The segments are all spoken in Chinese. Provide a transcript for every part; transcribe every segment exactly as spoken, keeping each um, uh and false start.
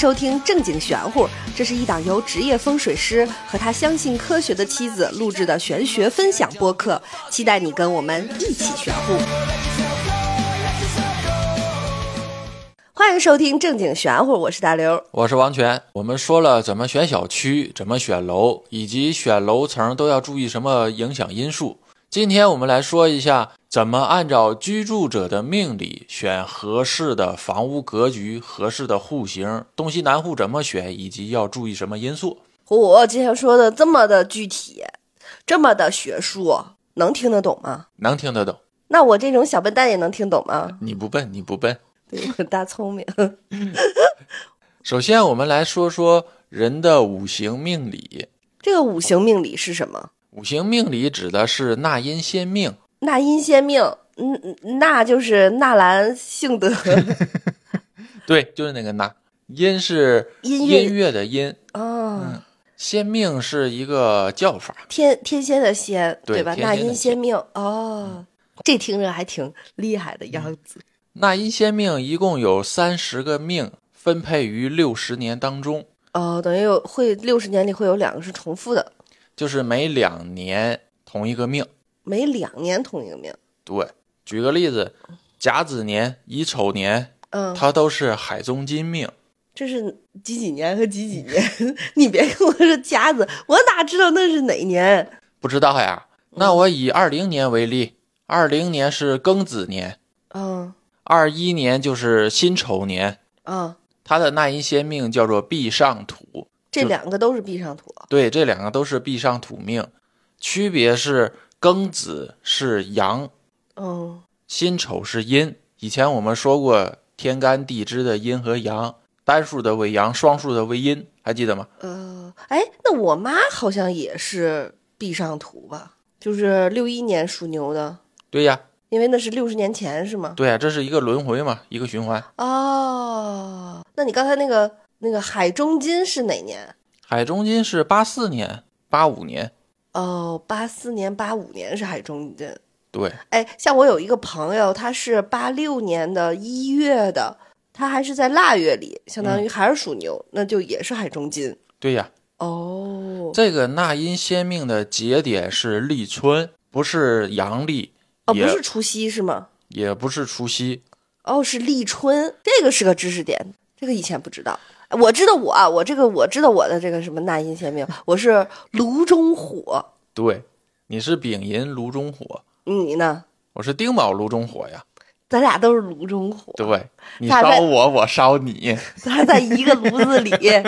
收听正经玄乎，这是一档由职业风水师和他相信科学的妻子录制的玄学分享播客，期待你跟我们一起玄乎。欢迎收听正经玄乎，我是大刘， 我是王权。我们说了怎么选小区，怎么选楼，以及选楼层都要注意什么影响因素。今天我们来说一下怎么按照居住者的命理选合适的房屋格局、合适的户型，东西南户怎么选，以及要注意什么因素。 我今天说的这么的具体，这么的学术，能听得懂吗？ 能听得懂。 那我这种小笨蛋也能听懂吗？ 你不笨，你不笨。 对，我大聪明。 首先我们来说说人的五行命理。 这个五行命理是什么？ 五行命理指的是纳音先命。 纳音先命，嗯，纳就是纳兰性德。 对，就是那个纳。音是音乐音乐的音。 哦、 嗯，先命是一个叫法， 天天仙的仙， 对, 对吧？ 天仙的纳音先命。哦、嗯，这听着还挺厉害的样子。 嗯、纳音先命一共有三十个命，分配于六十年当中。 哦，等于有会六十年里会有两个是重复的， 就是每两年同一个命。 每两年同一个命。 对，举个例子，甲子年、乙丑年， 嗯， 它都是海中金命。 这是几几年和几几年？你别跟我说甲子，我哪知道那是哪年？ 不知道呀。那我以二零年为例，二零年是庚子年， 嗯， 二一年就是辛丑年， 嗯， 它的纳音先命叫做壁上土。 这两个都是壁上土。 对，这两个都是壁上土命，区别是庚子是阳， 嗯， 辛丑是阴。以前我们说过天干地支的阴和阳，单数的为阳，双数的为阴，还记得吗？ 呃，哎，那我妈好像也是壁上土吧？就是六一年属牛的。 对呀， 因为那是六十年前是吗？ 对呀，这是一个轮回嘛，一个循环。 哦，那你刚才那个那个海中金是哪年？ 海中金是八四年、八五年。 哦，八四年、八五年是海中金。 对， 哎，像我有一个朋友，他是八六年的一月的，他还是在腊月里，相当于还是属牛，嗯、那就也是海中金。 对呀。 哦， 这个纳音先命的节点是立春，不是阳历。 哦，不是除夕是吗？ 也不是除夕。 哦，是立春，这个是个知识点，这个以前不知道。我知道我啊，我这个我知道我的这个什么纳音先命，我是炉中火。 对，你是丙寅炉中火。 你呢？ 我是丁卯炉中火呀。 咱俩都是炉中火。 对，你烧我，我烧你， 咱还在一个炉子里。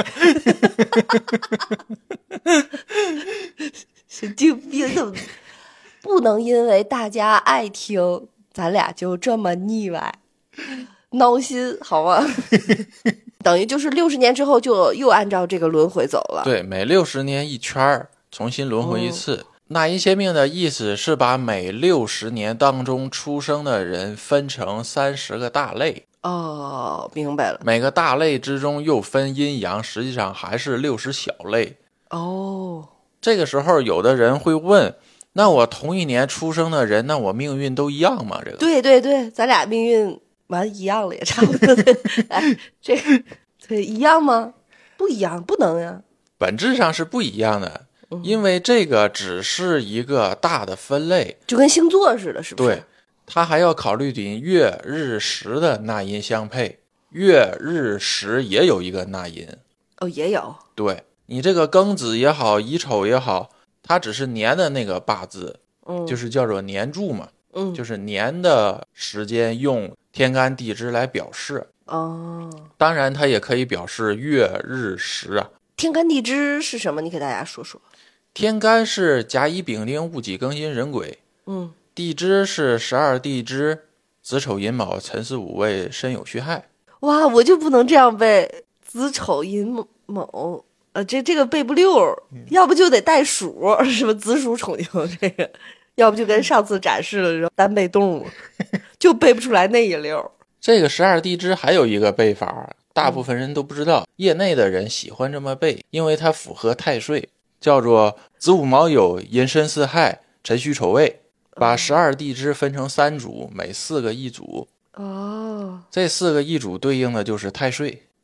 神经病，怎么不能因为大家爱听，咱俩就这么腻歪，闹心好吗？等于就是六十年之后就又按照这个轮回走了。 对，每六十年一圈，重新轮回一次。哦，纳音先命的意思是把每六十年当中出生的人分成三十个大类。 哦，明白了。 每个大类之中又分阴阳，实际上还是六十小类。 哦， 这个时候有的人会问，那我同一年出生的人，那我命运都一样吗？这个对对对，咱俩命运完一样了，也差不多。哎，这对一样吗？不一样，不能呀。 本质上是不一样的。因为这个只是一个大的分类， 就跟星座似的，是不是？ 对，它还要考虑你月日时的纳音相配，月日时也有一个纳音。 哦，也有。 对，你这个庚子也好，乙丑也好，它只是年的那个八字， 嗯， 就是叫做年柱嘛， 嗯， 就是年的时间用天干地支来表示。 哦， 当然它也可以表示月日时啊。 天干地支是什么？你给大家说说。 天干是甲乙丙丁戊己庚辛壬癸， 嗯， 地支是十二地支子丑寅卯辰巳午未申酉戌亥。 哇，我就不能这样背子丑寅卯，呃，这这个背不溜，嗯、要不就得带数，什么子鼠丑牛这个，要不就跟上次展示了单背动物，就背不出来那一溜。 这个十二地支还有一个背法，大部分人都不知道，嗯、业内的人喜欢这么背，因为它符合太岁。叫做子午卯酉寅申巳亥辰戌丑未，把十二地支分成三组，每四个一组。 哦， 这四个一组对应的就是太岁。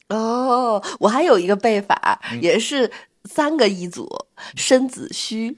哦，我还有一个背法， 嗯、 也是三个一组，申子戌。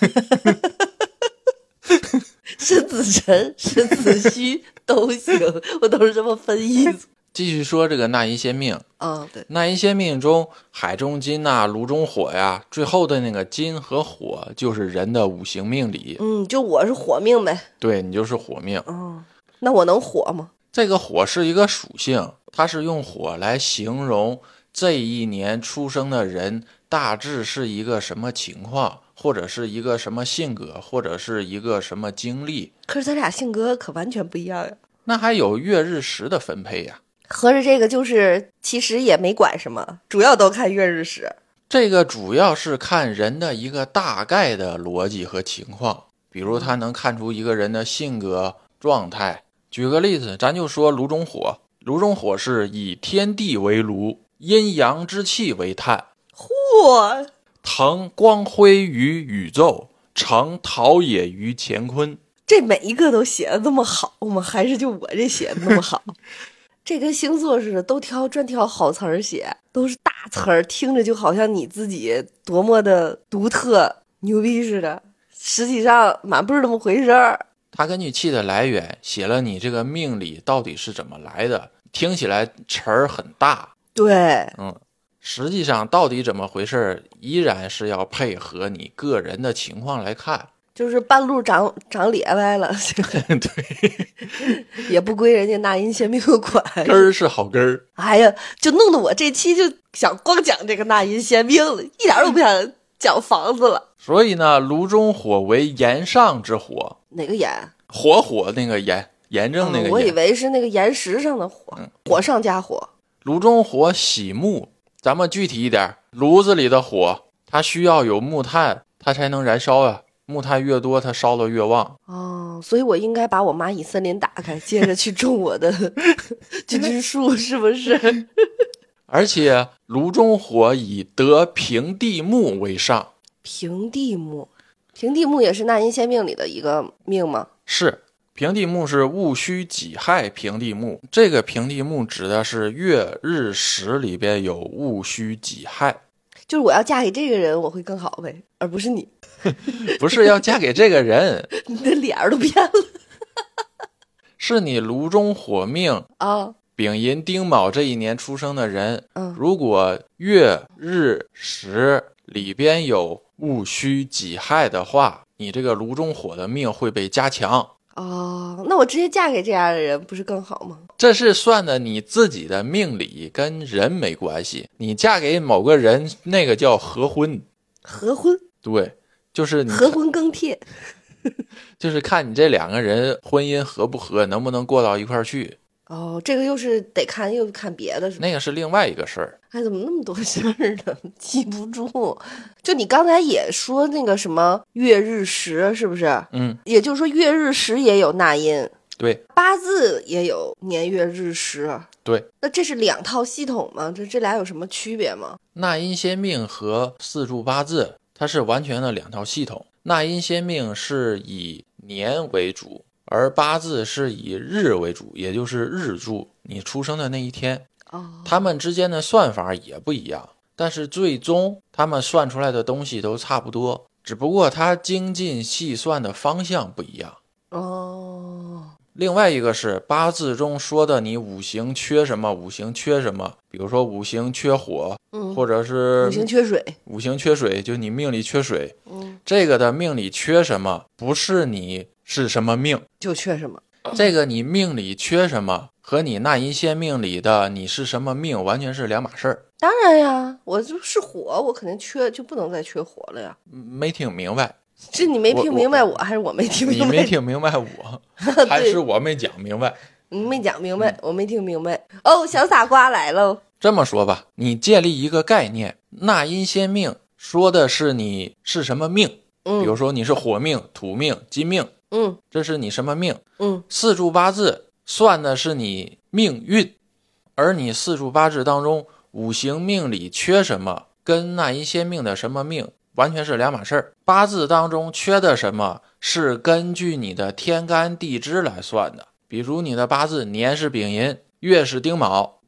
申子辰、申子戌都行，我都是这么分一组。 继续说这个纳音先命。 嗯，对， 纳音先命中海中金呐、炉中火呀，最后的那个金和火就是人的五行命理。 嗯，就我是火命呗。 对，你就是火命。 嗯，那我能火吗？ 这个火是一个属性，它是用火来形容这一年出生的人大致是一个什么情况，或者是一个什么性格，或者是一个什么经历。 可是咱俩性格可完全不一样呀。 那还有月日时的分配呀。 合着这个就是其实也没管什么，主要都看月日时。 这个主要是看人的一个大概的逻辑和情况，比如他能看出一个人的性格状态。举个例子，咱就说炉中火，炉中火是以天地为炉，阴阳之气为炭， 嚯， 腾光辉于宇宙，成陶冶于乾坤。 这每一个都写的那么好吗？还是就我这写的那么好？这跟星座似的，都挑专挑好词儿写，都是大词儿，听着就好像你自己多么的独特牛逼似的，实际上满不是那么回事儿。 他根据气的来源写了你这个命理到底是怎么来的，听起来词儿很大。 对， 嗯，实际上到底怎么回事，依然是要配合你个人的情况来看。 就是半路长长咧歪了， 对， 也不归人家纳音先命管。 根儿是好根儿。 哎呀，就弄得我这期就想光讲这个纳音先命了，一点都不想讲房子了。 所以呢，炉中火为炎上之火。 哪个炎？ 火火那个炎，炎症那个炎、 哦。我以为是那个岩石上的火，嗯、火上加火。 炉中火喜木，咱们具体一点，炉子里的火，它需要有木炭，它才能燃烧啊。木炭越多，它烧得越旺。 哦，所以我应该把我蚂蚁森林打开，接着去种我的菌菌树，是不是？ 而且炉中火以得平地木为上。 平地木，平地木也是纳音先命里的一个命吗？ 是，平地木是戊戌己亥平地木。这个平地木指的是月日时里边有戊戌己亥。 就是我要嫁给这个人，我会更好呗，而不是你。 不是要嫁给这个人， 你的脸儿都变了。 是你炉中火命啊、哦， 丙寅丁卯这一年出生的人， 嗯， 如果月日时里边有戊戌己亥的话，你这个炉中火的命会被加强。 哦，那我直接嫁给这样的人不是更好吗？ 这是算的你自己的命理，跟人没关系。你嫁给某个人，那个叫合婚。 合婚？ 对，就是你合婚更帖。 就是看你这两个人婚姻合不合，能不能过到一块儿去。 哦，这个又是得看，又看别的是吧？ 那个是另外一个事儿。 哎，怎么那么多事儿呢？记不住。就你刚才也说那个什么月日时，是不是？ 嗯， 也就是说月日时也有纳音。 对， 八字也有年月日时。 对， 那这是两套系统吗？这这俩有什么区别吗？ 纳音先命和四柱八字它是完全的两套系统。纳音先命是以年为主，而八字是以日为主，也就是日柱，你出生的那一天。 哦， 他们之间的算法也不一样，但是最终他们算出来的东西都差不多，只不过它精进细算的方向不一样。 哦， 另外一个是八字中说的你五行缺什么，五行缺什么，比如说五行缺火， 嗯， 或者是五行缺水， 五行缺水就你命里缺水， 嗯， 这个的命里缺什么，不是你是什么命就缺什么。 这个你命里缺什么和你纳音先命里的你是什么命完全是两码事儿。 当然呀，我就是火，我肯定缺，就不能再缺火了呀。 没听明白？ 是你没听明白我，我还是我没听明白？ 你没听明白我，还是我没讲明白？ 你没讲明白，我没听明白。哦，小傻瓜来喽。 这么说吧，你建立一个概念，纳音先命说的是你是什么命， 嗯， 比如说你是火命、土命、金命， 嗯， 这是你什么命？ 嗯， 四柱八字算的是你命运，而你四柱八字当中五行命里缺什么，跟纳音先命的什么命完全是两码事儿。八字当中缺的什么是根据你的天干地支来算的，比如你的八字年是丙寅，月是丁卯，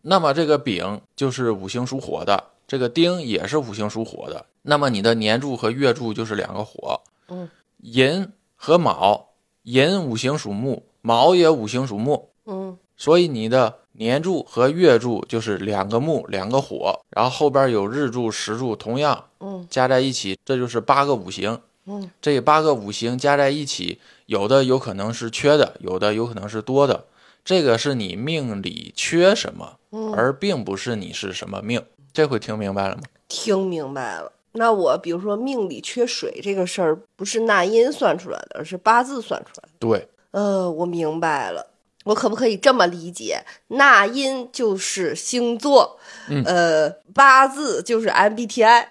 那么这个丙就是五行属火的，这个丁也是五行属火的，那么你的年柱和月柱就是两个火。 嗯， 寅和卯，寅五行属木，卯也五行属木。 嗯， 所以你的年柱和月柱就是两个木两个火，然后后边有日柱时柱，同样嗯， 加在一起，这就是八个五行。 嗯， 这八个五行加在一起，有的有可能是缺的，有的有可能是多的，这个是你命里缺什么，而并不是你是什么命。这回听明白了吗？ 听明白了。那我比如说命里缺水这个事儿，不是纳音算出来的，而是八字算出来的。 对， 呃，我明白了。我可不可以这么理解？纳音就是星座， 嗯、 呃，八字就是 M B T I。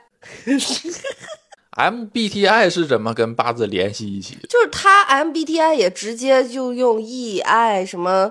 M B T I 是怎么跟八字联系一起的？ 就是他 M B T I 也直接就用 E I 什么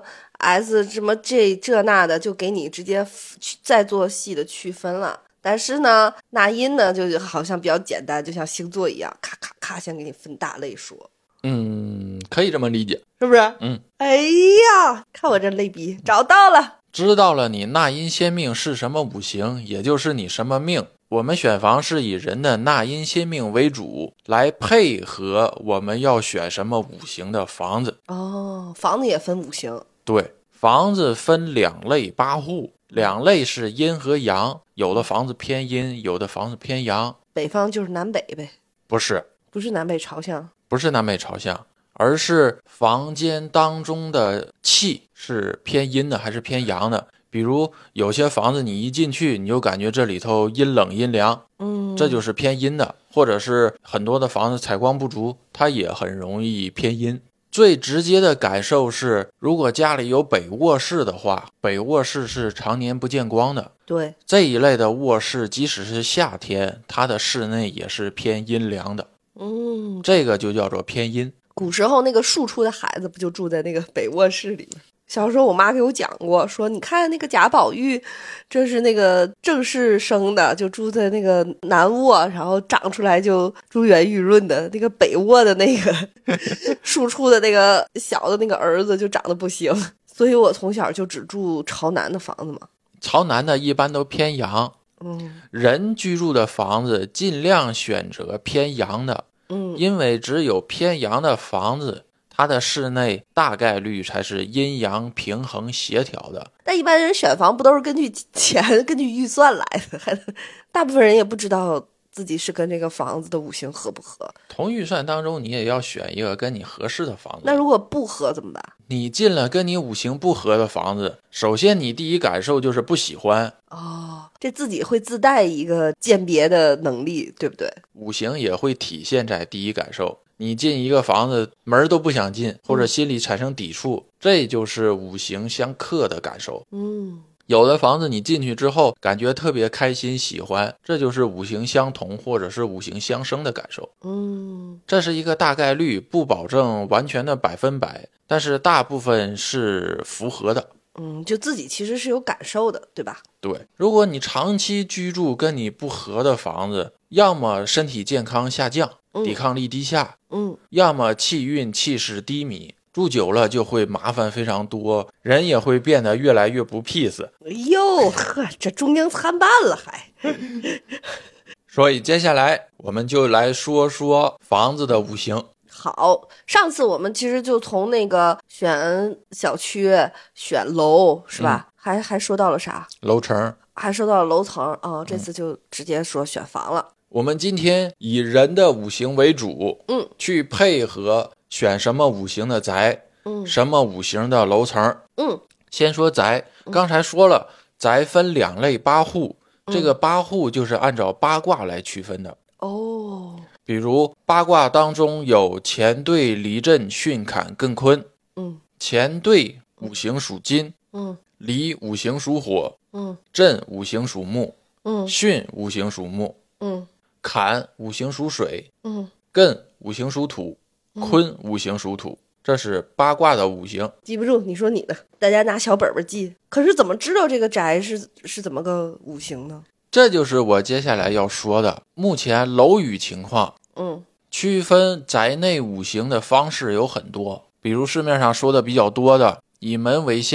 S 什么这这那的，就给你直接再做细的区分了。但是呢，纳音呢就好像比较简单，就像星座一样，咔咔咔先给你分大类说。 嗯，可以这么理解， 是不是？ 嗯。 哎呀，看我这类比，找到了。 知道了你纳音先命是什么五行，也就是你什么命。我们选房是以人的纳音先命为主，来配合我们要选什么五行的房子。 哦，房子也分五行。 对，房子分两类八户，两类是阴和阳，有的房子偏阴，有的房子偏阳。 北方就是南北呗？ 不是， 不是南北朝向， 不是南北朝向，而是房间当中的气是偏阴的还是偏阳的。比如有些房子你一进去你就感觉这里头阴冷阴凉， 嗯， 这就是偏阴的。或者是很多的房子采光不足，它也很容易偏阴。最直接的感受是，如果家里有北卧室的话，北卧室是常年不见光的， 对， 这一类的卧室即使是夏天，它的室内也是偏阴凉的。 嗯， 这个就叫做偏阴。 古时候那个庶出的孩子不就住在那个北卧室里吗？小时候我妈给我讲过，说你看那个贾宝玉，这是那个正式生的，就住在那个南卧，然后长出来就珠圆玉润的。那个北卧的那个庶出的那个小的那个儿子就长得不行，所以我从小就只住朝南的房子嘛。 朝南的一般都偏阳， 嗯， 人居住的房子尽量选择偏阳的， 嗯， 因为只有偏阳的房子，它的室内大概率才是阴阳平衡协调的。 但一般人选房不都是根据钱、根据预算来的？还大部分人也不知道自己是跟这个房子的五行合不合。 同预算当中，你也要选一个跟你合适的房子。 那如果不合怎么办？ 你进了跟你五行不合的房子，首先你第一感受就是不喜欢。 哦，这自己会自带一个鉴别的能力，对不对？ 五行也会体现在第一感受。你进一个房子门都不想进，或者心里产生抵触，这就是五行相克的感受。 嗯， 有的房子你进去之后感觉特别开心喜欢，这就是五行相同或者是五行相生的感受。 嗯， 这是一个大概率，不保证完全的百分百，但是大部分是符合的。 嗯，就自己其实是有感受的，对吧？ 对，如果你长期居住跟你不合的房子，要么身体健康下降，抵抗力低下， 嗯， 要么气运气势低迷，住久了就会麻烦非常多，人也会变得越来越不 peace。 哎呦呵，这中英参半了还。 所以接下来我们就来说说房子的五行。 好，上次我们其实就从那个选小区、选楼是吧？嗯、还还说到了啥？ 楼层， 还说到了楼层啊、哦。这次就直接说选房了。 嗯、我们今天以人的五行为主， 嗯， 去配合选什么五行的宅， 嗯， 什么五行的楼层， 嗯。 先说宅，刚才说了，宅分两类八户， 嗯、 这个八户就是按照八卦来区分的。 哦。 比如八卦当中有乾兑离震巽坎艮坤， 嗯， 乾兑五行属金， 嗯， 离五行属火， 嗯， 震五行属木， 嗯， 巽五行属木， 嗯， 坎五行属水， 嗯， 艮五行属土，坤五行属土，这是八卦的五行。 记不住，你说你的，大家拿小本本记。可是怎么知道这个宅是是怎么个五行呢？ 这就是我接下来要说的。目前楼宇情况， 嗯， 区分宅内五行的方式有很多，比如市面上说的比较多的，以门为向，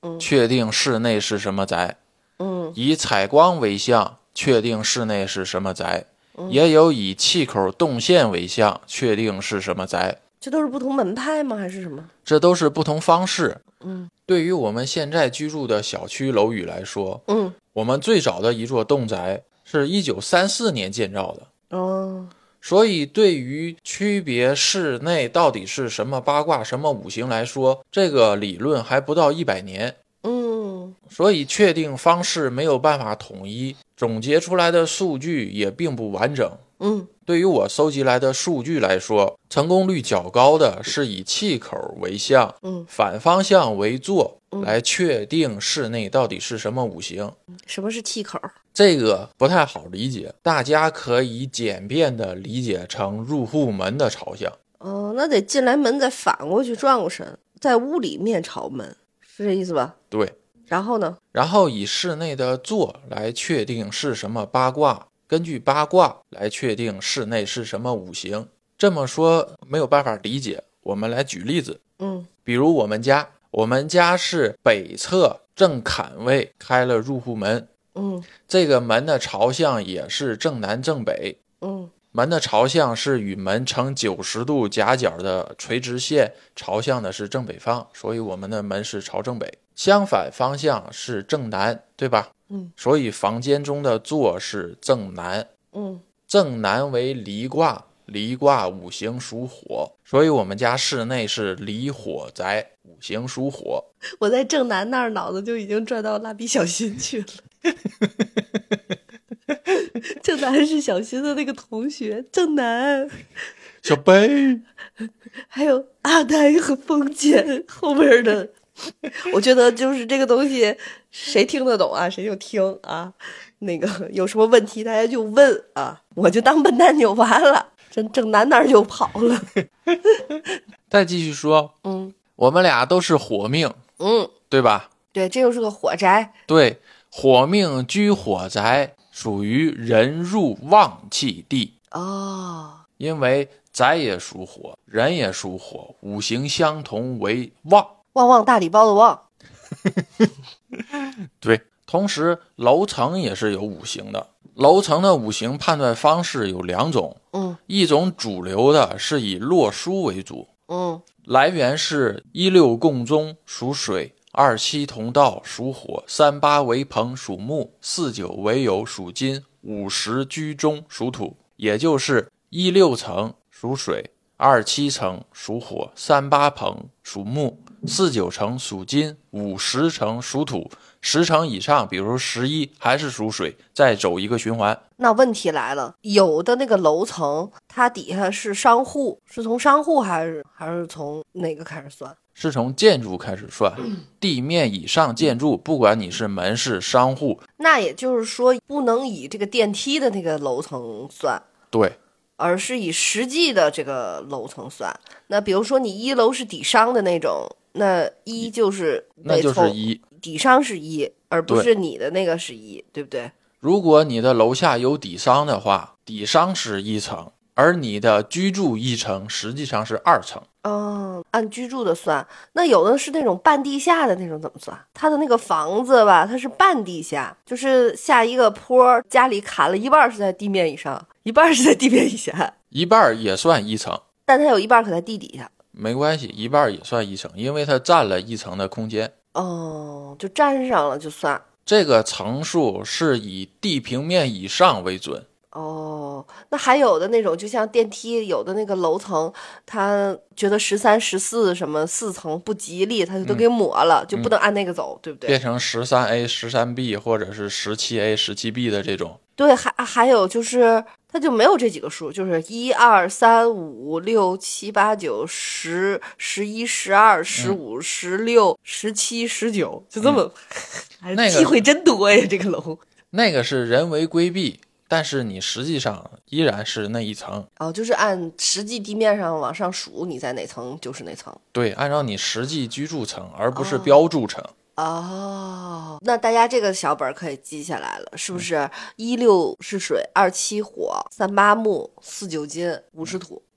嗯， 确定室内是什么宅。 嗯， 以采光为象，确定室内是什么宅。 嗯， 也有以气口动线为象，确定是什么宅。 这都是不同门派吗？还是什么？ 这都是不同方式。 嗯， 对于我们现在居住的小区楼宇来说， 嗯， 我们最早的一座洞宅是一九三四年建造的。 哦， 所以对于区别室内到底是什么八卦什么五行来说，这个理论还不到一百年。 嗯， 所以确定方式没有办法统一，总结出来的数据也并不完整。 嗯， 对于我收集来的数据来说，成功率较高的是以气口为象， 嗯， 反方向为座， 嗯， 来确定室内到底是什么五行。 什么是气口？ 这个不太好理解，大家可以简便的理解成入户门的朝向。 哦，那得进来门再反过去转过身，在屋里面朝门，是这意思吧？ 对。 然后呢？ 然后以室内的座来确定是什么八卦，根据八卦来确定室内是什么五行。这么说没有办法理解，我们来举例子。 嗯， 比如我们家，我们家是北侧正坎位开了入户门。 嗯， 这个门的朝向也是正南正北。 嗯， 门的朝向是与门呈九十度夹角的垂直线朝向的是正北方，所以我们的门是朝正北。相反方向是正南，对吧？ 嗯， 所以房间中的坐是正南。 嗯， 正南为离卦，离卦五行属火，所以我们家室内是离火宅，五行属火。 我在正南那儿脑子就已经转到蜡笔小新去了。正南是小新的那个同学，正南小贝， 还有阿呆和风间后边的。我觉得就是这个东西谁听得懂啊谁就听啊，那个有什么问题大家就问啊，我就当笨蛋就完了。正正南那儿就跑了。 再继续说， 嗯， 我们俩都是火命， 嗯， 对吧？ 对，这又是个火宅。 对，火命居火宅，属于人入旺气地。 哦， 因为宅也属火，人也属火，五行相同为旺。 旺旺大礼包的旺。 对，同时楼层也是有五行的。楼层的五行判断方式有两种， 嗯， 一种主流的是以洛书为主， 嗯， 来源是一六共宗属水，二七同道属火，三八为朋属木，四九为酉属金，五十居中属土。也就是一六层属水，二七层属火，三八朋属木，四九层属金，五十层属土，十层以上比如十一还是属水，再走一个循环。 那问题来了，有的那个楼层它底下是商户，是从商户还是还是从哪个开始算？ 是从建筑开始算，地面以上建筑，不管你是门市商户。 那也就是说不能以这个电梯的那个楼层算， 对， 而是以实际的这个楼层算。那比如说你一楼是底商的那种，那一就是那就是一， 底商是一，而不是你的那个是一，对不对？ 如果你的楼下有底商的话，底商是一层，而你的居住一层实际上是二层。 哦，按居住的算。那有的是那种半地下的那种怎么算？他的那个房子吧，它是半地下，就是下一个坡，家里砍了一半是在地面以上，一半是在地面以下， 一半也算一层， 但它有一半可在地底下。 没关系，一半也算一层，因为它占了一层的空间。 哦，就沾上了就算。 这个层数是以地平面以上为准。 哦，那还有的那种，就像电梯，有的那个楼层，他觉得十三、十四什么四层不吉利，他就都给抹了，嗯、就不能按那个走，嗯、对不对？ 变成十三 A、十三 B 或者是十七 A、十七 B 的这种。 对，还还有就是，它就没有这几个数，就是一二三五六七八九十十一十二十五十六十七十九，就这么， 嗯、那个机会真多呀，这个楼。 那个是人为规避。但是你实际上依然是那一层哦，就是按实际地面上往上数，你在哪层就是哪层。 对，按照你实际居住层，而不是标注层。 哦，那大家这个小本可以记下来了，是不是？一六是水，二七火，三八木，四九金，五十土。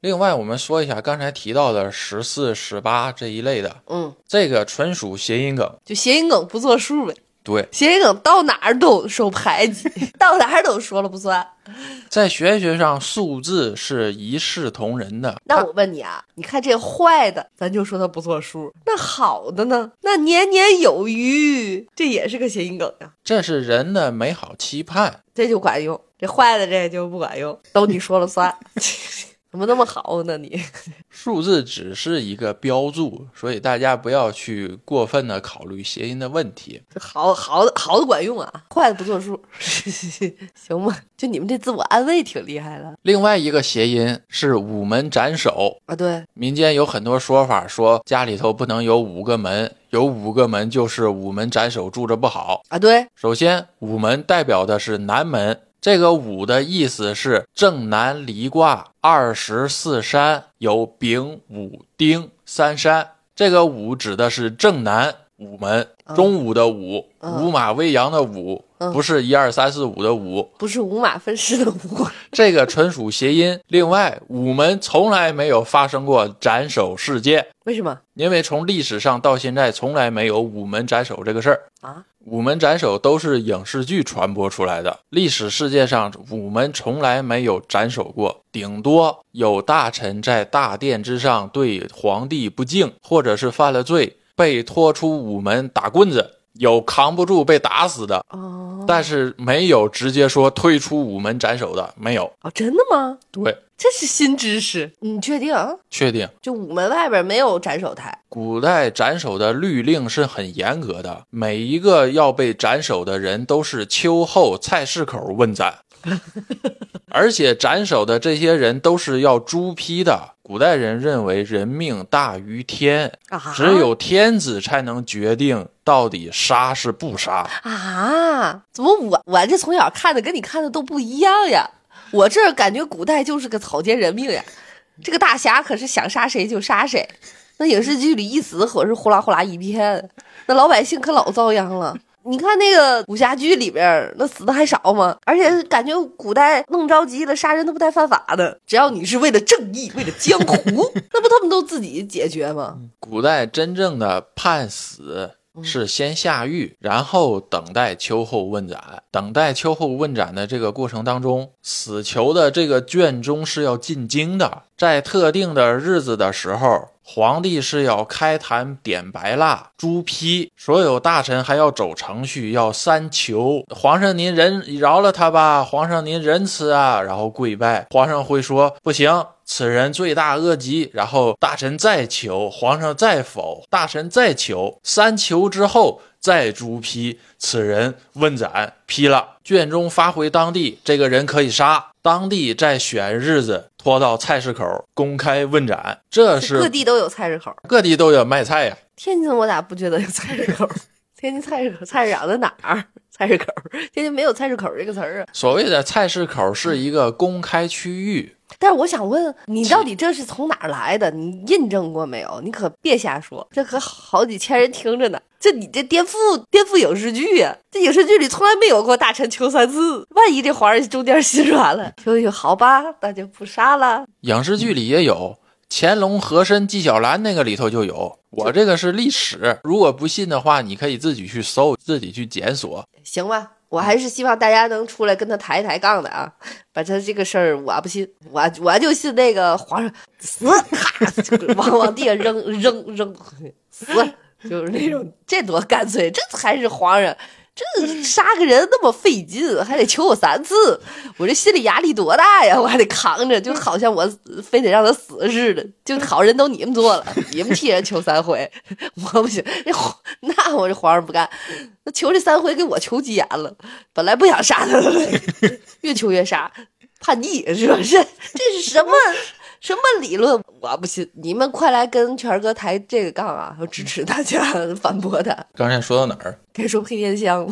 另外我们说一下刚才提到的十四、十八这一类的， 嗯， 这个纯属谐音梗， 就谐音梗不作数呗。 对， 谐音梗到哪儿都受排挤，到哪儿都说了不算。 在玄学上，数字是一视同仁的。 那我问你啊，你看这坏的，咱就说它不作数，那好的呢？那年年有余，这也是个谐音梗呀。 这是人的美好期盼， 这就管用，这坏的这就不管用，都你说了算。怎么那么好呢你？ 数字只是一个标注，所以大家不要去过分的考虑谐音的问题。 好好的好的管用啊，坏的不作数。行吧，就你们这自我安慰挺厉害的。 另外一个谐音是午门斩首啊，对， 民间有很多说法，说家里头不能有五个门，有五个门就是午门斩首，住着不好啊。对， 首先午门代表的是南门，这个午的意思是正南离卦二十四山，有丙午丁三山，这个午指的是正南午门，中午的午， 嗯、 午马未羊的午、嗯、不是一二三四五的五， 不是五马分尸的五， 这个纯属谐音。另外午门从来没有发生过斩首事件， 为什么？ 因为从历史上到现在从来没有午门斩首这个事儿啊。 午门斩首都是影视剧传播出来的，历史世界上午门从来没有斩首过，顶多有大臣在大殿之上对皇帝不敬，或者是犯了罪被拖出午门打棍子，有扛不住被打死的、哦、但是没有直接说退出午门斩首的，没有。 哦，真的吗？ 对， 这是新知识，你确定？ 确定。 就午门外边没有斩首台。 古代斩首的律令是很严格的，每一个要被斩首的人都是秋后菜市口问斩而且斩首的这些人都是要朱批的。古代人认为人命大于天、啊、只有天子才能决定到底杀是不杀啊！怎么我我这从小看的跟你看的都不一样呀？我这感觉古代就是个草菅人命呀，这个大侠可是想杀谁就杀谁，那影视剧里一死可是呼啦呼啦一片，那老百姓可老遭殃了。你看那个武侠剧里边那死的还少吗？而且感觉古代弄着急了杀人都不带犯法的，只要你是为了正义为了江湖那不他们都自己解决吗？ 古代真正的判死是先下狱，然后等待秋后问斩。等待秋后问斩的这个过程当中，死囚的这个卷宗是要进京的，在特定的日子的时候，皇帝是要开坛点白蜡朱批，所有大臣还要走程序，要三求，皇上您仁饶了他吧，皇上您仁慈啊，然后跪拜，皇上会说不行，此人罪大恶极，然后大臣再求，皇上再否，大臣再求，三求之后再朱批，此人问斩，批了，卷宗发回当地，这个人可以杀，当地再选日子拖到菜市口公开问斩。这是各地都有菜市口， 各地都有卖菜呀。 天津我咋不觉得有菜市口？天津菜市口菜市场在哪儿？菜市口，天津没有菜市口这个词儿啊。 所谓的菜市口是一个公开区域。 但是我想问你，到底这是从哪儿来的？你印证过没有？你可别瞎说，这可好几千人听着呢。这你这颠覆颠覆影视剧呀、啊！这影视剧里从来没有过大臣求三次，万一这皇上中间心软了，求求好吧，那就不杀了。 影视剧里也有，乾隆和珅纪晓岚那个里头就有。我这个是历史，如果不信的话，你可以自己去搜，自己去检索。 行吧。我还是希望大家能出来跟他抬一抬杠的啊！把他这个事儿我不信，我我就信那个皇上死，咔往往地下扔扔扔死，就是那种，这多干脆，这才是皇上。这杀个人那么费劲，还得求我三次，我这心理压力多大呀！我还得扛着，就好像我非得让他死似的。就好人都你们做了，你们替人求三回，我不行。那我这皇上不干，那求这三回给我求急眼了。本来不想杀他的，越求越杀，叛逆是不是？这是什么什么理论？我不信！你们快来跟权哥抬这个杠啊！我支持大家反驳他。 刚才说到哪儿？ 该说配电箱。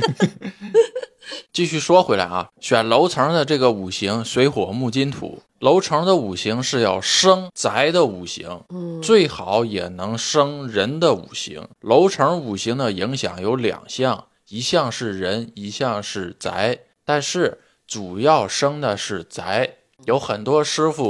继续说回来啊，选楼层的这个五行水火木金土，楼层的五行是要生宅的五行，嗯，最好也能生人的五行。楼层五行的影响有两项，一项是人，一项是宅，但是主要生的是宅。有很多师傅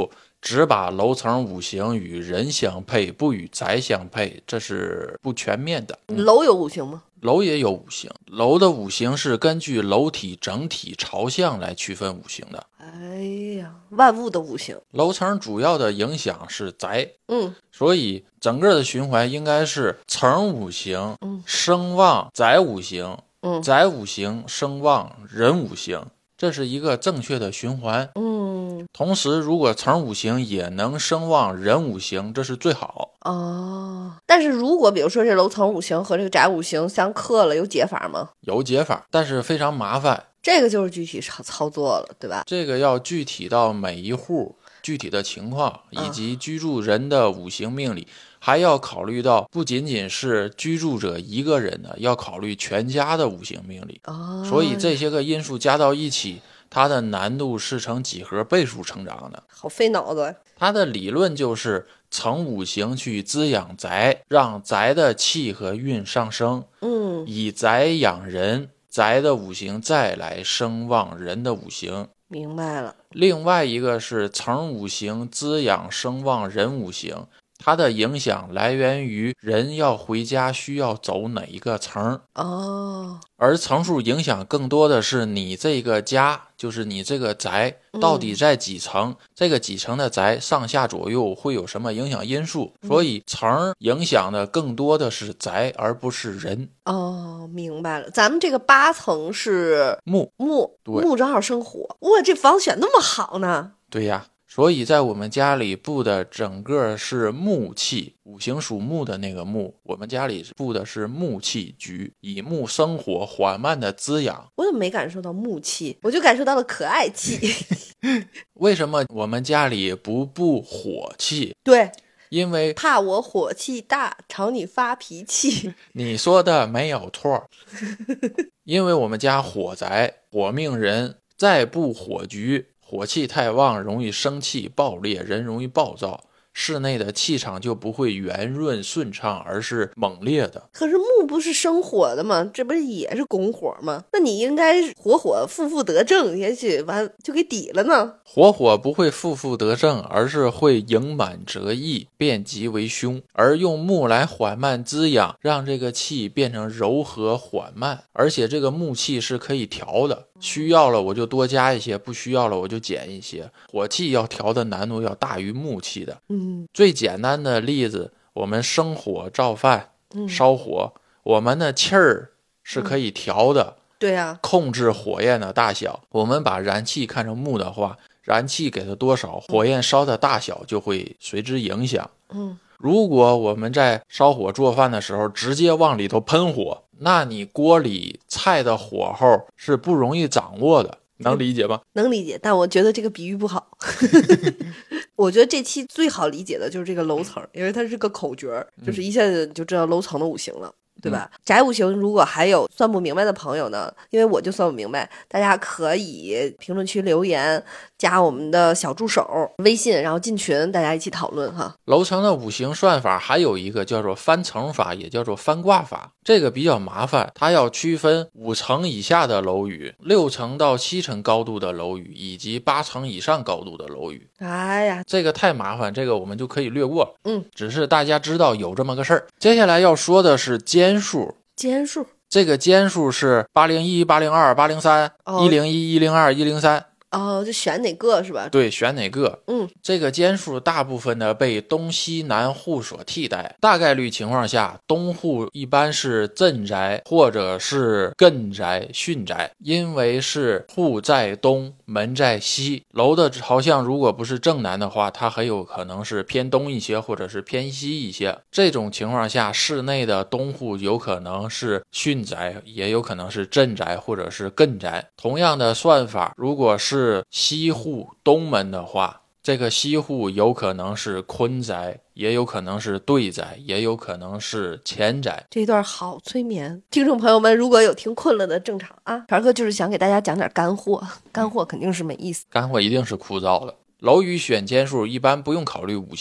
只把楼层五行与人相配，不与宅相配，这是不全面的。 楼有五行吗？ 楼也有五行，楼的五行是根据楼体整体朝向来区分五行的。 哎呀，万物的五行。 楼层主要的影响是宅， 嗯， 所以整个的循环应该是层五行， 嗯， 生旺宅五行， 嗯， 宅五行生旺人五行，这是一个正确的循环。 嗯， 同时如果层五行也能生旺人五行，这是最好。 哦，但是如果比如说这楼层五行和这个宅五行相克了，有解法吗？ 有解法，但是非常麻烦。 这个就是具体操操作了，对吧？ 这个要具体到每一户具体的情况，以及居住人的五行命理，还要考虑到不仅仅是居住者一个人的，要考虑全家的五行命理。 哦， 所以这些个因素加到一起，它的难度是呈几何倍数成长的。 好费脑子。 它的理论就是乘五行去滋养宅，让宅的气和运上升， 嗯， 以宅养人，宅的五行再来生旺人的五行。 明白了。 另外一个是乘五行滋养生旺人五行，它的影响来源于人要回家需要走哪一个层。 哦， 而层数影响更多的是你这个家，就是你这个宅到底在几层，嗯、这个几层的宅上下左右会有什么影响因素，嗯、所以层影响的更多的是宅而不是人。 哦，明白了。咱们这个八层是木， 木， 对， 木正好生火。哇，这房选那么好呢。 对呀，所以在我们家里布的整个是木气，五行属木的那个木，我们家里布的是木气局，以木生火，缓慢的滋养。 我怎么没感受到木气，我就感受到了可爱气。 为什么我们家里不布火气？ 对， 因为怕我火气大，朝你发脾气。 你说的没有错。因为我们家火宅，火命人，再布火局，火气太旺，容易生气暴烈，人容易暴躁，室内的气场就不会圆润顺畅，而是猛烈的。 可是木不是生火的吗？这不是也是拱火吗？那你应该火火负负得正，也许完就给抵了呢。 火火不会负负得正，而是会盈满折溢，变吉为凶。而用木来缓慢滋养，让这个气变成柔和缓慢，而且这个木气是可以调的，需要了我就多加一些，不需要了我就减一些。火气要调的难度要大于木气的。嗯，最简单的例子，我们生火造饭，嗯、烧火，我们的气儿是可以调的。嗯、 对啊， 控制火焰的大小。我们把燃气看成木的话，燃气给它多少，火焰烧的大小就会随之影响。嗯，如果我们在烧火做饭的时候直接往里头喷火，那你锅里菜的火候是不容易掌握的，能理解吗？ 能理解，但我觉得这个比喻不好。我觉得这期最好理解的就是这个楼层，因为它是个口诀，就是一下子就知道楼层的五行了。对吧？宅五行如果还有算不明白的朋友呢，因为我就算不明白，大家可以评论区留言，加我们的小助手微信，然后进群，大家一起讨论哈。 楼层的五行算法还有一个叫做翻层法，也叫做翻卦法，这个比较麻烦，它要区分五层以下的楼宇、六层到七层高度的楼宇，以及八层以上高度的楼宇。 哎呀， 这个太麻烦，这个我们就可以略过。 嗯， 只是大家知道有这么个事儿。接下来要说的是间数。 间数， 这个间数是八零一、八零二、八零三、一零一、一零二、一零三。 哦，就选哪个是吧？ 对，选哪个。嗯，这个间数大部分的被东西南户所替代，大概率情况下，东户一般是镇宅或者是艮宅、巽宅，因为是户在东，门在西，楼的朝向如果不是正南的话，它很有可能是偏东一些或者是偏西一些。这种情况下，室内的东户有可能是巽宅，也有可能是镇宅或者是艮宅。同样的算法，如果是西户东门的话，这个西户有可能是坤宅，也有可能是兑宅，也有可能是乾宅。 这段好催眠，听众朋友们如果有听困了的正常啊。权哥就是想给大家讲点干货，干货肯定是没意思， 干货一定是枯燥的。楼宇选间数一般不用考虑五行，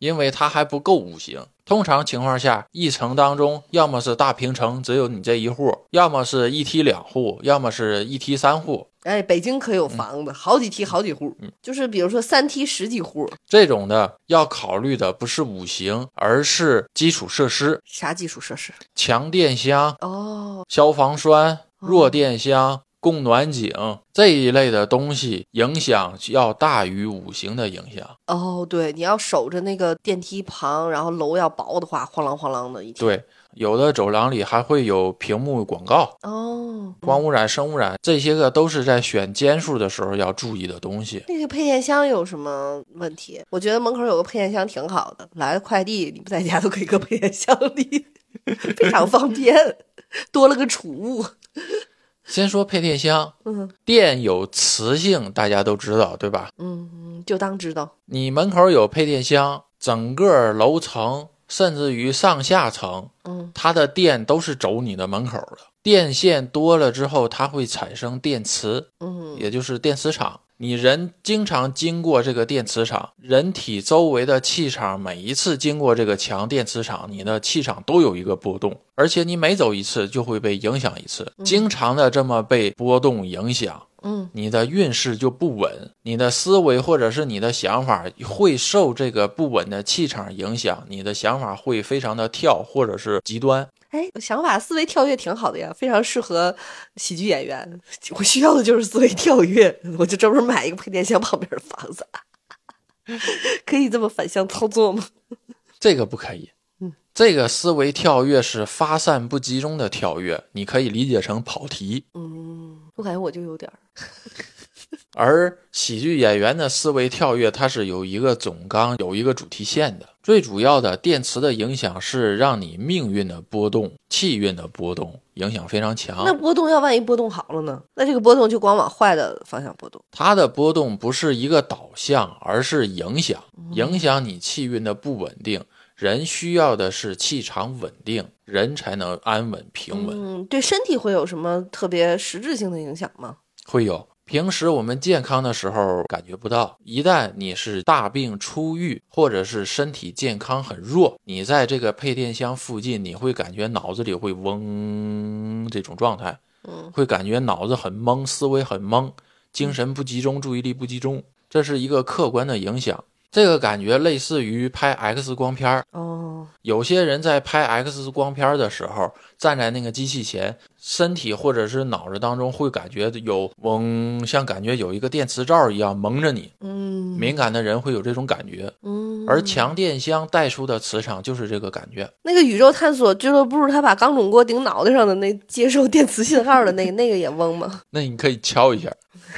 因为它还不够五行。通常情况下，一层当中要么是大平层只有你这一户，要么是一梯两户，要么是一梯三户。 哎，北京可有房子、嗯、好几梯好几户、嗯、就是比如说三梯十几户， 这种的要考虑的不是五行，而是基础设施。 啥基础设施？ 强电箱、 哦， 消防栓、弱电箱、哦、供暖井这一类的东西影响要大于五行的影响。 哦，对，你要守着那个电梯旁，然后楼要薄的话，晃啷晃啷的一天。 对，有的走廊里还会有屏幕广告。 哦， 光污染、声污染，这些个都是在选间数的时候要注意的东西。 那个配电箱有什么问题？我觉得门口有个配电箱挺好的，来快递你不在家都可以搁配电箱里，非常方便，多了个储物。 先说配电箱， 嗯， 电有磁性，大家都知道，对吧？ 嗯，就当知道。 你门口有配电箱，整个楼层甚至于上下层， 嗯， 它的电都是走你的门口的。电线多了之后，它会产生电磁， 嗯， 也就是电磁场。你人经常经过这个电磁场，人体周围的气场每一次经过这个强电磁场，你的气场都有一个波动，而且你每走一次就会被影响一次， 嗯、 经常的这么被波动影响， 嗯， 你的运势就不稳，你的思维或者是你的想法会受这个不稳的气场影响，你的想法会非常的跳或者是极端。 哎，想法思维跳跃挺好的呀，非常适合喜剧演员。我需要的就是思维跳跃，我就专门买一个配电箱旁边的房子。可以这么反向操作吗？ 这个不可以。 嗯， 这个思维跳跃是发散不集中的跳跃，你可以理解成跑题。 嗯，我感觉我就有点儿。 而喜剧演员的思维跳跃，它是有一个总纲，有一个主题线的。最主要的电磁的影响是让你命运的波动、气运的波动影响非常强。 那波动要万一波动好了呢？那这个波动就光往坏的方向波动。 它的波动不是一个导向，而是影响，影响你气运的不稳定。人需要的是气场稳定，人才能安稳平稳。 嗯，对身体会有什么特别实质性的影响吗？ 会有。平时我们健康的时候感觉不到，一旦你是大病初愈，或者是身体健康很弱，你在这个配电箱附近，你会感觉脑子里会嗡这种状态， 嗯， 会感觉脑子很懵，思维很懵，精神不集中，注意力不集中，这是一个客观的影响。这个感觉类似于拍 X 光片哦， 有些人在拍 X 光片的时候，站在那个机器前，身体或者是脑子当中会感觉有嗡，像感觉有一个电磁罩一样蒙着你。 嗯， 敏感的人会有这种感觉。 嗯， 而强电箱带出的磁场就是这个感觉。 那个宇宙探索俱乐部，他把钢种锅顶脑袋上的那接受电磁信号的那个那个也嗡吗？ 那你可以敲一下。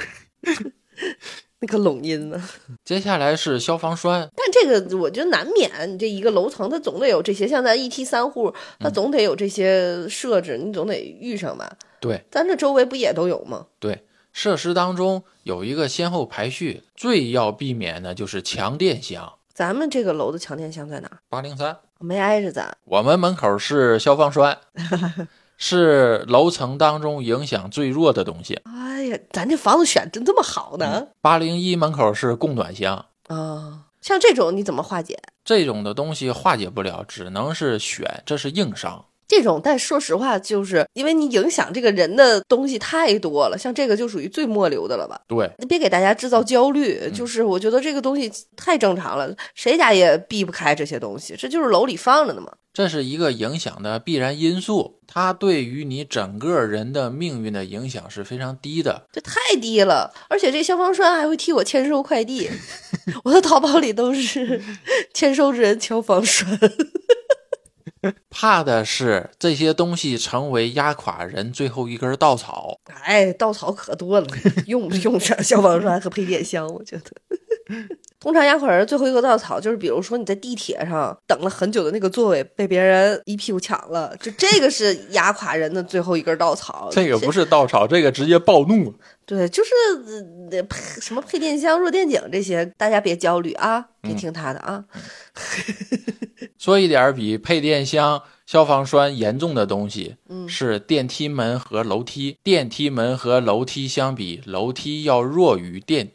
那个拢音呢？ 接下来是消防栓， 但这个我觉得难免，你这一个楼层它总得有这些，像咱一梯三户，它总得有这些设置，嗯、你总得遇上吧？ 对， 咱这周围不也都有吗？ 对，设施当中有一个先后排序，最要避免的就是强电箱。 咱们这个楼的强电箱在哪？ 八零三， 没挨着咱。 我们门口是消防栓。是楼层当中影响最弱的东西。 哎呀，咱这房子选真这么好呢？ 八零一门口是供暖箱啊、哦，像这种你怎么化解？ 这种的东西化解不了，只能是选，这是硬伤。 这种，但说实话，就是因为你影响这个人的东西太多了，像这个就属于最末流的了吧？ 对， 别给大家制造焦虑， 嗯、 就是我觉得这个东西太正常了，谁家也避不开这些东西，这就是楼里放着的嘛。 这是一个影响的必然因素，它对于你整个人的命运的影响是非常低的。 这太低了，而且这消防栓还会替我签收快递，我的淘宝里都是签收人消防栓。 怕的是这些东西成为压垮人最后一根稻草。 哎，稻草可多了，用不用上消防栓和配电箱？我觉得。通常压垮人最后一个稻草就是，比如说你在地铁上等了很久的那个座位被别人一屁股抢了，就这个是压垮人的最后一根稻草。 这个不是稻草，这个直接暴怒。 对，就是呃配什么配电箱、弱电井这些，大家别焦虑啊，别听他的啊。 嗯、说一点比配电箱、消防栓严重的东西，嗯，是电梯门和楼梯。电梯门和楼梯相比，楼梯要弱于电梯。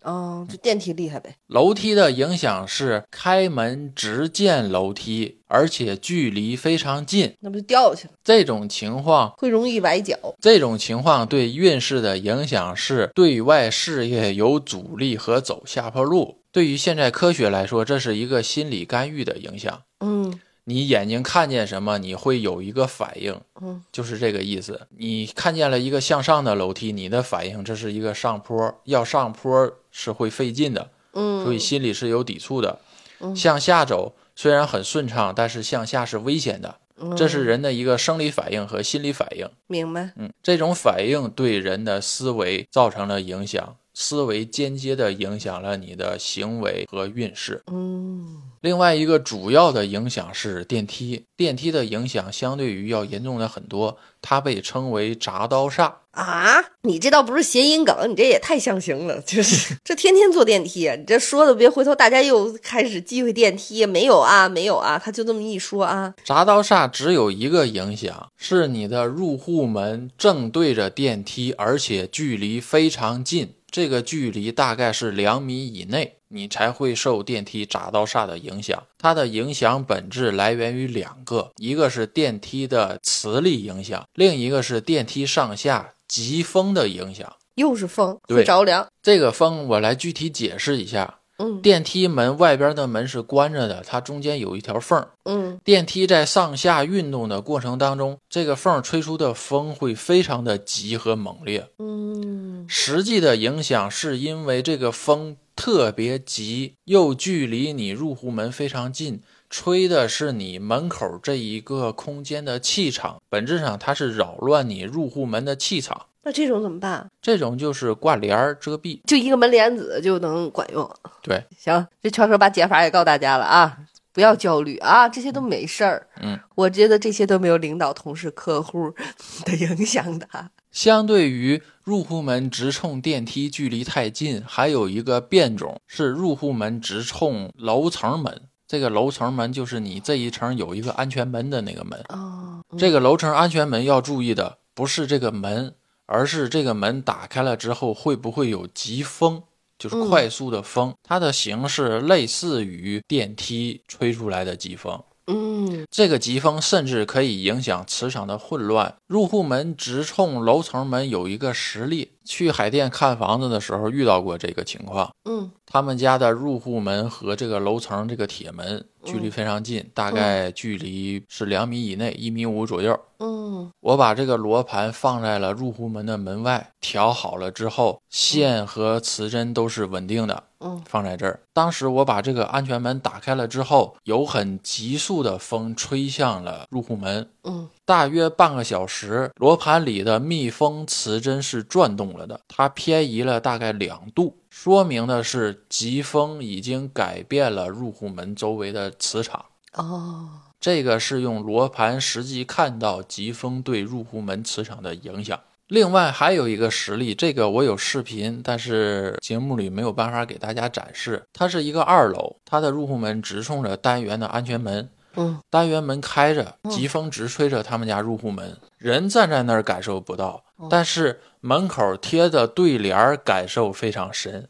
哦，就电梯厉害呗。 楼梯的影响是开门直见楼梯，而且距离非常近， 那不就掉下去了？ 这种情况会容易崴脚。 这种情况对运势的影响是对外事业有阻力和走下坡路。对于现代科学来说，这是一个心理干预的影响。 嗯， 你眼睛看见什么，你会有一个反应， 嗯， 就是这个意思。你看见了一个向上的楼梯，你的反应这是一个上坡，要上坡是会费劲的， 嗯， 所以心里是有抵触的。 嗯， 向下走虽然很顺畅，但是向下是危险的。这是人的一个生理反应和心理反应。 明白。 嗯，这种反应对人的思维造成了影响，思维间接的影响了你的行为和运势。 嗯， 另外一个主要的影响是电梯，电梯的影响相对于要严重的很多，它被称为铡刀煞。 啊，你这倒不是谐音梗，你这也太象形了，就是这天天坐电梯，你这说的别回头大家又开始忌讳电梯，没有啊，没有啊，他就这么一说啊。 铡刀煞只有一个影响，是你的入户门正对着电梯，而且距离非常近，这个距离大概是两米以内，你才会受电梯铡刀煞的影响。它的影响本质来源于两个，一个是电梯的磁力影响，另一个是电梯上下疾风的影响。 又是风， 对， 会着凉。 这个风我来具体解释一下。 嗯， 电梯门外边的门是关着的，它中间有一条缝。 嗯， 电梯在上下运动的过程当中，这个缝吹出的风会非常的急和猛烈。 嗯， 实际的影响是因为这个风特别急，又距离你入户门非常近，吹的是你门口这一个空间的气场，本质上它是扰乱你入户门的气场。 那这种怎么办？ 这种就是挂帘儿遮蔽， 就一个门帘子就能管用。 对， 行，这圈哥把解法也告大家了啊，不要焦虑啊，这些都没事儿。 嗯， 我觉得这些都没有领导、同事、客户的影响的。 相对于入户门直冲电梯距离太近，还有一个变种是入户门直冲楼层门。这个楼层门就是你这一层有一个安全门的那个门。 哦，嗯、 这个楼层安全门要注意的不是这个门，而是这个门打开了之后会不会有疾风，就是快速的风。嗯、它的形式类似于电梯吹出来的疾风。 嗯， 这个疾风甚至可以影响磁场的混乱。入户门直冲楼层门有一个实例，去海淀看房子的时候遇到过这个情况。 嗯， 他们家的入户门和这个楼层这个铁门距离非常近，嗯、大概距离是两米以内，一米五左右。 嗯， 我把这个罗盘放在了入户门的门外，调好了之后，线和磁针都是稳定的。 嗯， 放在这儿。当时我把这个安全门打开了之后，有很急速的风吹向了入户门。 嗯， 大约半个小时，罗盘里的密封磁针是转动了的，它偏移了大概两度，说明的是疾风已经改变了入户门周围的磁场。 哦， 这个是用罗盘实际看到疾风对入户门磁场的影响。另外还有一个实例，这个我有视频，但是节目里没有办法给大家展示。它是一个二楼，它的入户门直冲着单元的安全门。 嗯， 单元门开着，疾风直吹着他们家入户门，人站在那儿感受不到，但是门口贴的对联感受非常深。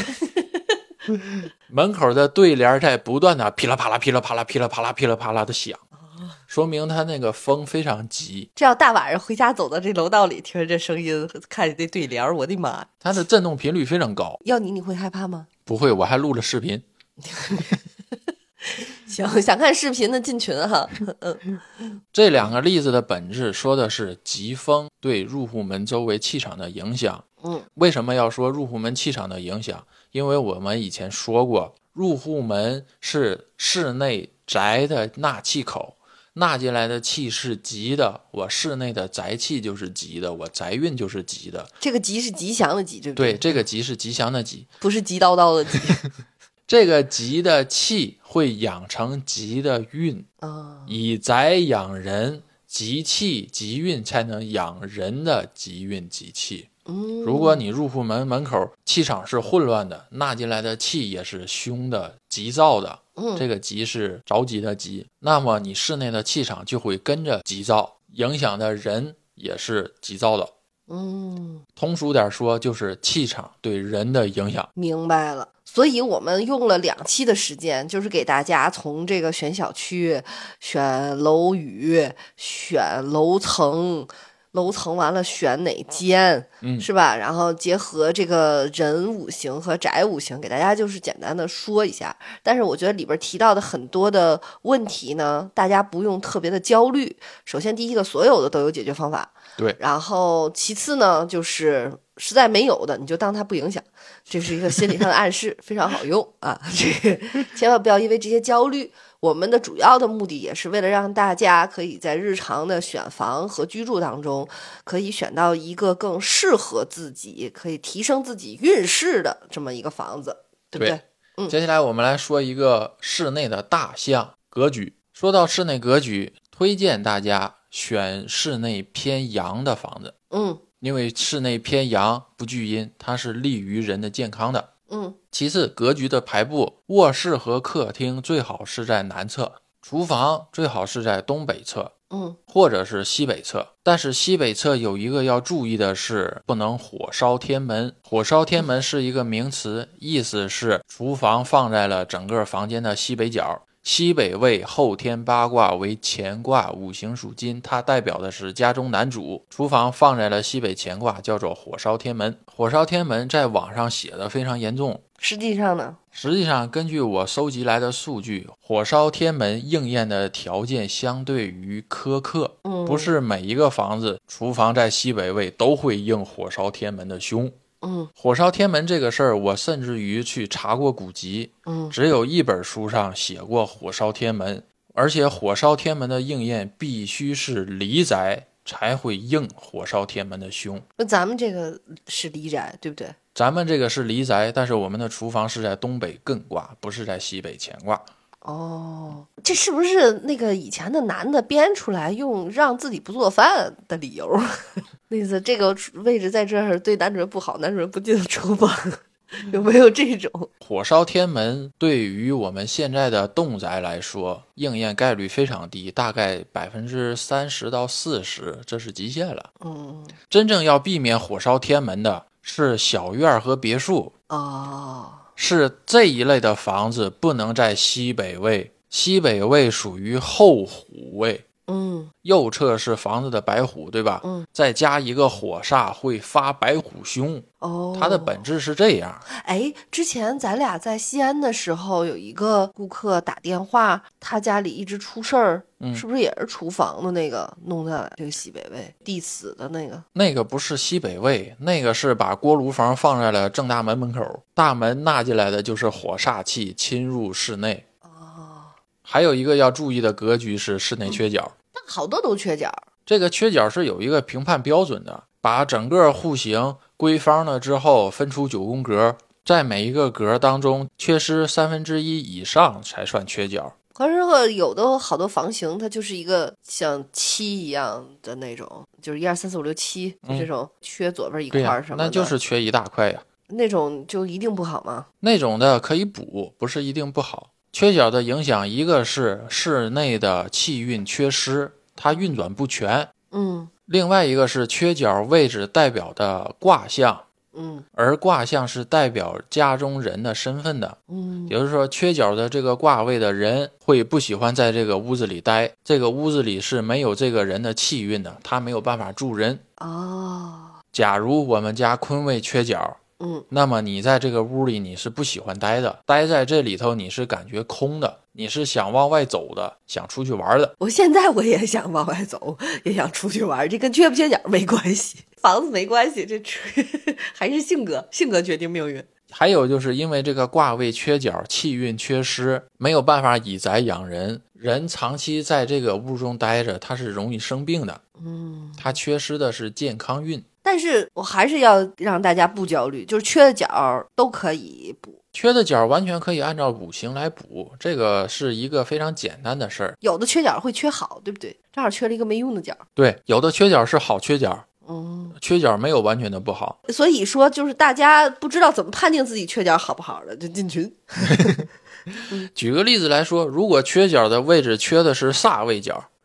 门口的对联在不断的噼啦啪啦噼啦啪啦噼啦啪啦噼啦啪啦的响，说明他那个风非常急。 这要大晚上回家走到这楼道里，听着这声音，看着这对联，我的妈！ 它的震动频率非常高。 要你你会害怕吗？ 不会，我还录了视频。 行，想看视频的进群哈。嗯， 这两个例子的本质说的是疾风对入户门周围气场的影响。 嗯， 为什么要说入户门气场的影响？因为我们以前说过，入户门是室内宅的纳气口，纳进来的气是吉的，我室内的宅气就是吉的，我宅运就是吉的。 这个吉是吉祥的吉，对不对？ 对，这个吉是吉祥的吉， 不是急叨叨的急。 这个吉的气会养成吉的运， 哦， 以宅养人，吉气吉运才能养人的吉运吉气。 嗯， 如果你入户门门口气场是混乱的，纳进来的气也是凶的急躁的， 嗯， 这个急是着急的急，那么你室内的气场就会跟着急躁，影响的人也是急躁的。 嗯， 通俗点说，就是气场对人的影响。 明白了。所以我们用了两期的时间，就是给大家从这个选小区、选楼宇、选楼层。楼层完了选哪间， 嗯， 是吧？然后结合这个人五行和宅五行，给大家就是简单的说一下。但是我觉得里边提到的很多的问题呢，大家不用特别的焦虑。首先，第一个，所有的都有解决方法。 对。 然后，其次呢，就是实在没有的，你就当它不影响，这是一个心理上的暗示，非常好用啊。这个千万不要因为这些焦虑。我们的主要的目的也是为了让大家可以在日常的选房和居住当中，可以选到一个更适合自己、可以提升自己运势的这么一个房子，对不对？ 对， 嗯。 接下来我们来说一个室内的大项格局。说到室内格局，推荐大家选室内偏阳的房子。 嗯， 因为室内偏阳不聚阴，它是利于人的健康的。 嗯， 其次，格局的排布，卧室和客厅最好是在南侧，厨房最好是在东北侧， 嗯， 或者是西北侧。但是西北侧有一个要注意的是，不能火烧天门。火烧天门是一个名词，意思是厨房放在了整个房间的西北角。西北位后天八卦为乾卦，五行属金，它代表的是家中男主。厨房放在了西北乾卦，叫做火烧天门。火烧天门在网上写的非常严重， 实际上呢？ 实际上根据我收集来的数据，火烧天门应验的条件相对于苛刻， 嗯， 不是每一个房子厨房在西北位都会应火烧天门的凶。 嗯， 火烧天门这个事儿，我甚至于去查过古籍， 嗯， 只有一本书上写过火烧天门，而且火烧天门的应验必须是离宅才会应火烧天门的凶。 那咱们这个是离宅，对不对？ 咱们这个是离宅，但是我们的厨房是在东北艮卦，不是在西北乾卦。 哦，这是不是那个以前的男的编出来用让自己不做饭的理由？那意思这个位置在这儿对男主人不好，男主人不进厨房，有没有这种？ 火烧天门对于我们现在的动宅来说，应验概率非常低，大概百分之三十到四十，这是极限了。 嗯， 真正要避免火烧天门的是小院和别墅。 哦， 是这一类的房子不能在西北位，西北位属于后虎位。 嗯， 右侧是房子的白虎，对吧？ 嗯， 再加一个火煞会发白虎凶。 哦， 它的本质是这样。 哎，之前咱俩在西安的时候，有一个顾客打电话，他家里一直出事儿， 嗯， 是不是也是厨房的那个弄在这个西北位地死的那个？ 那个不是西北位，那个是把锅炉房放在了正大门门口，大门纳进来的就是火煞气侵入室内。 哦， 还有一个要注意的格局是室内缺角。 但好多都缺角。 这个缺角是有一个评判标准的，把整个户型归方了之后，分出九宫格，在每一个格当中缺失三分之一以上才算缺角。 可是有的好多房型，它就是一个像七一样的那种，就是一二三四五六七这种缺左边一块什么的， 那就是缺一大块呀。 那种就一定不好吗？ 那种的可以补，不是一定不好。缺角的影响，一个是室内的气运缺失，它运转不全。 嗯， 另外一个是缺角位置代表的卦象。 嗯， 而卦象是代表家中人的身份的。 嗯， 也就是说，缺角的这个卦位的人会不喜欢在这个屋子里待，这个屋子里是没有这个人的气运的，他没有办法住人。 哦， 假如我们家坤位缺角， 嗯， 那么你在这个屋里你是不喜欢待的，待在这里头你是感觉空的，你是想往外走的，想出去玩的。 我现在我也想往外走，也想出去玩，这跟缺不缺角没关系，房子没关系，这还是性格，性格决定命运。 还有就是因为这个卦位缺角，气运缺失，没有办法以宅养人，人长期在这个屋中待着，他是容易生病的。 嗯， 他缺失的是健康运。 但是我还是要让大家不焦虑，就是缺的角都可以补， 缺的角完全可以按照五行来补，这个是一个非常简单的事儿。 有的缺角会缺好，对不对？正好缺了一个没用的角。 对，有的缺角是好缺角， 嗯， 缺角没有完全的不好。 所以说就是大家不知道怎么判定自己缺角好不好的，就进群。 举个例子来说，如果缺角的位置缺的是煞位角，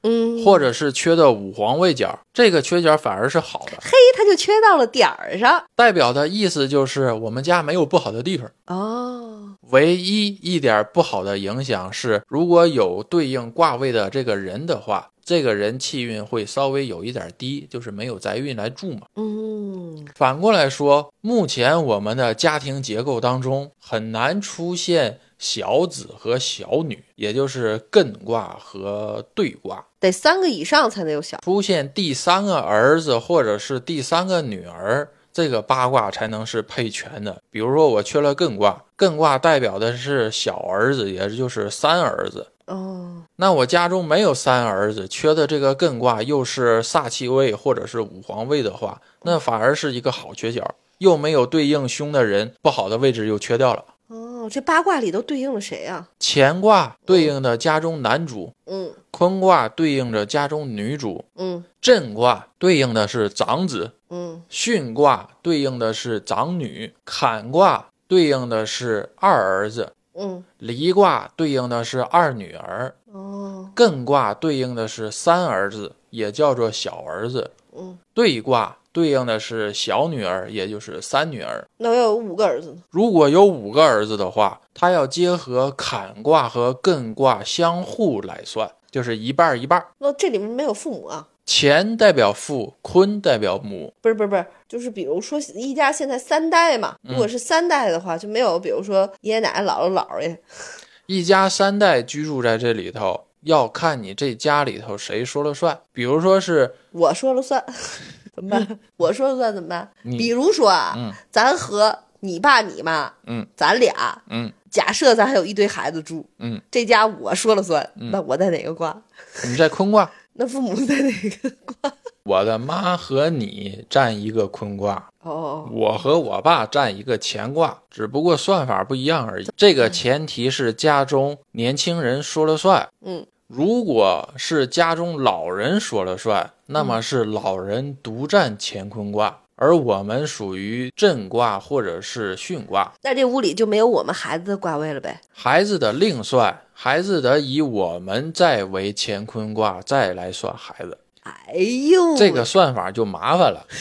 嗯， 或者是缺的五黄位角，这个缺角反而是好的。 嘿，它就缺到了点儿上， 代表的意思就是我们家没有不好的地方。 哦， 唯一一点不好的影响是，如果有对应卦位的这个人的话，这个人气运会稍微有一点低，就是没有宅运来助嘛。 嗯， 反过来说，目前我们的家庭结构当中很难出现小子和小女，也就是艮卦和兑卦， 得三个以上才能有小。 出现第三个儿子或者是第三个女儿，这个八卦才能是配全的。比如说我缺了艮卦，艮卦代表的是小儿子，也就是三儿子。 哦， 那我家中没有三儿子，缺的这个艮卦又是煞气位或者是五黄位的话，那反而是一个好缺角，又没有对应凶的人，不好的位置又缺掉了。 哦，这八卦里都对应了谁啊？ 乾卦对应的家中男主， 嗯坤卦对应着家中女主， 嗯震卦对应的是长子， 嗯巽卦对应的是长女，坎卦对应的是二儿子， 嗯， 离卦对应的是二女儿， 哦， 艮卦对应的是三儿子，也叫做小儿子， 嗯， 兑卦对应的是小女儿，也就是三女儿。 那我有五个儿子呢。 如果有五个儿子的话，他要结合坎卦和艮卦相互来算，就是一半一半。 那这里面没有父母啊？ 乾代表父，坤代表母。 不是不是不是，就是比如说一家现在三代嘛，如果是三代的话，就没有比如说爷爷奶奶、姥姥姥爷。 一家三代居住在这里头，要看你这家里头谁说了算。比如说是我说了算，怎么办？我说了算怎么办？ 你比如说啊， 嗯咱和你爸你妈， 嗯咱俩， 嗯假设咱还有一堆孩子住， 嗯， 这家我说了算， 嗯那我在哪个卦？ 你在坤卦， 那父母在哪个卦？ 我的妈和你占一个坤卦， 哦， 我和我爸占一个乾卦，只不过算法不一样而已。这个前提是家中年轻人说了算。 嗯， 如果是家中老人说了算，那么是老人独占乾坤卦，而我们属于震卦或者是巽卦。 那这屋里就没有我们孩子的卦位了呗？ 孩子的另算，孩子得以我们再为乾坤卦再来算孩子。 哎呦， 这个算法就麻烦了。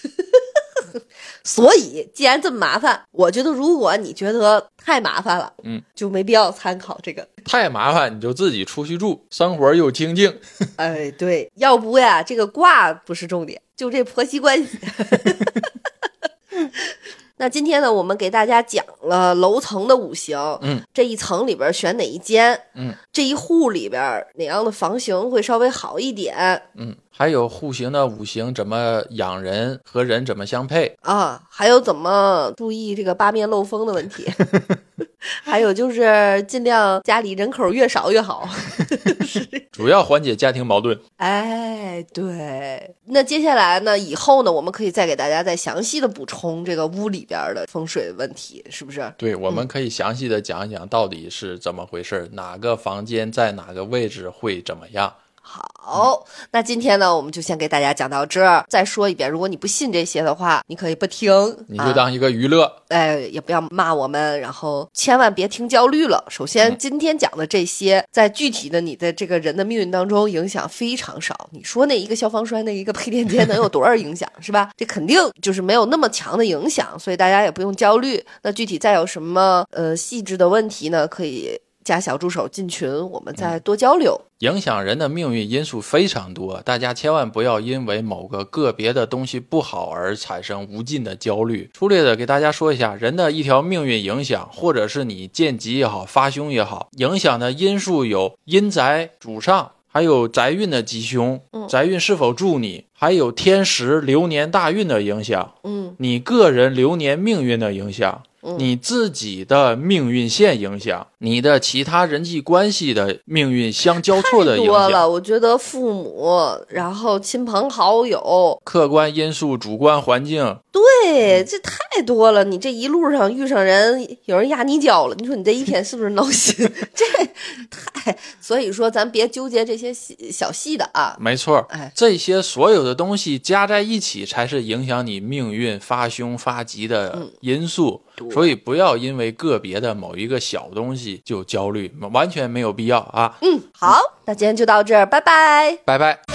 所以既然这么麻烦，我觉得如果你觉得太麻烦了， 嗯， 就没必要参考这个。 太麻烦你就自己出去住，生活又清静。 哎，对，要不呀，这个卦不是重点，就这婆媳关系。那今天呢，我们给大家讲了楼层的五行， 嗯， 这一层里边选哪一间， 嗯， 这一户里边哪样的房型会稍微好一点， 嗯，还有户型的五行怎么养人和人怎么相配啊，还有怎么注意这个八面漏风的问题，还有就是尽量家里人口越少越好， 主要缓解家庭矛盾。 哎，对，那接下来呢，以后呢，我们可以再给大家再详细的补充这个屋里边的风水问题，是不是？ 对，我们可以详细的讲一讲到底是怎么回事，哪个房间在哪个位置会怎么样。 好，那今天呢，我们就先给大家讲到这儿。再说一遍，如果你不信这些的话，你可以不听， 你就当一个娱乐。 啊、哎，也不要骂我们，然后千万别听焦虑了。首先，今天讲的这些，在具体的你的这个人的命运当中影响非常少。你说那一个消防栓，那一个配电间能有多少影响，是吧？这肯定就是没有那么强的影响，所以大家也不用焦虑。那具体再有什么呃细致的问题呢，可以加小助手进群，我们再多交流。 影响人的命运因素非常多，大家千万不要因为某个个别的东西不好而产生无尽的焦虑。粗略的给大家说一下，人的一条命运影响，或者是你见吉也好，发凶也好，影响的因素有阴宅、主上，还有宅运的吉凶，宅运是否助你，还有天时流年大运的影响，嗯，你个人流年命运的影响，你自己的命运线影响，你的其他人际关系的命运相交错的影响。 太多了，我觉得父母，然后亲朋好友， 客观因素、主观环境， 对，这太多了。你这一路上遇上人，有人压你脚了，你说你这一天是不是闹心？这太……所以说，咱别纠结这些细小细的啊。 没错， 哎， 这些所有的东西加在一起，才是影响你命运发凶发急的因素。 嗯、 所以不要因为个别的某一个小东西就焦虑，完全没有必要啊。 嗯，好，那今天就到这儿，拜拜， 拜拜。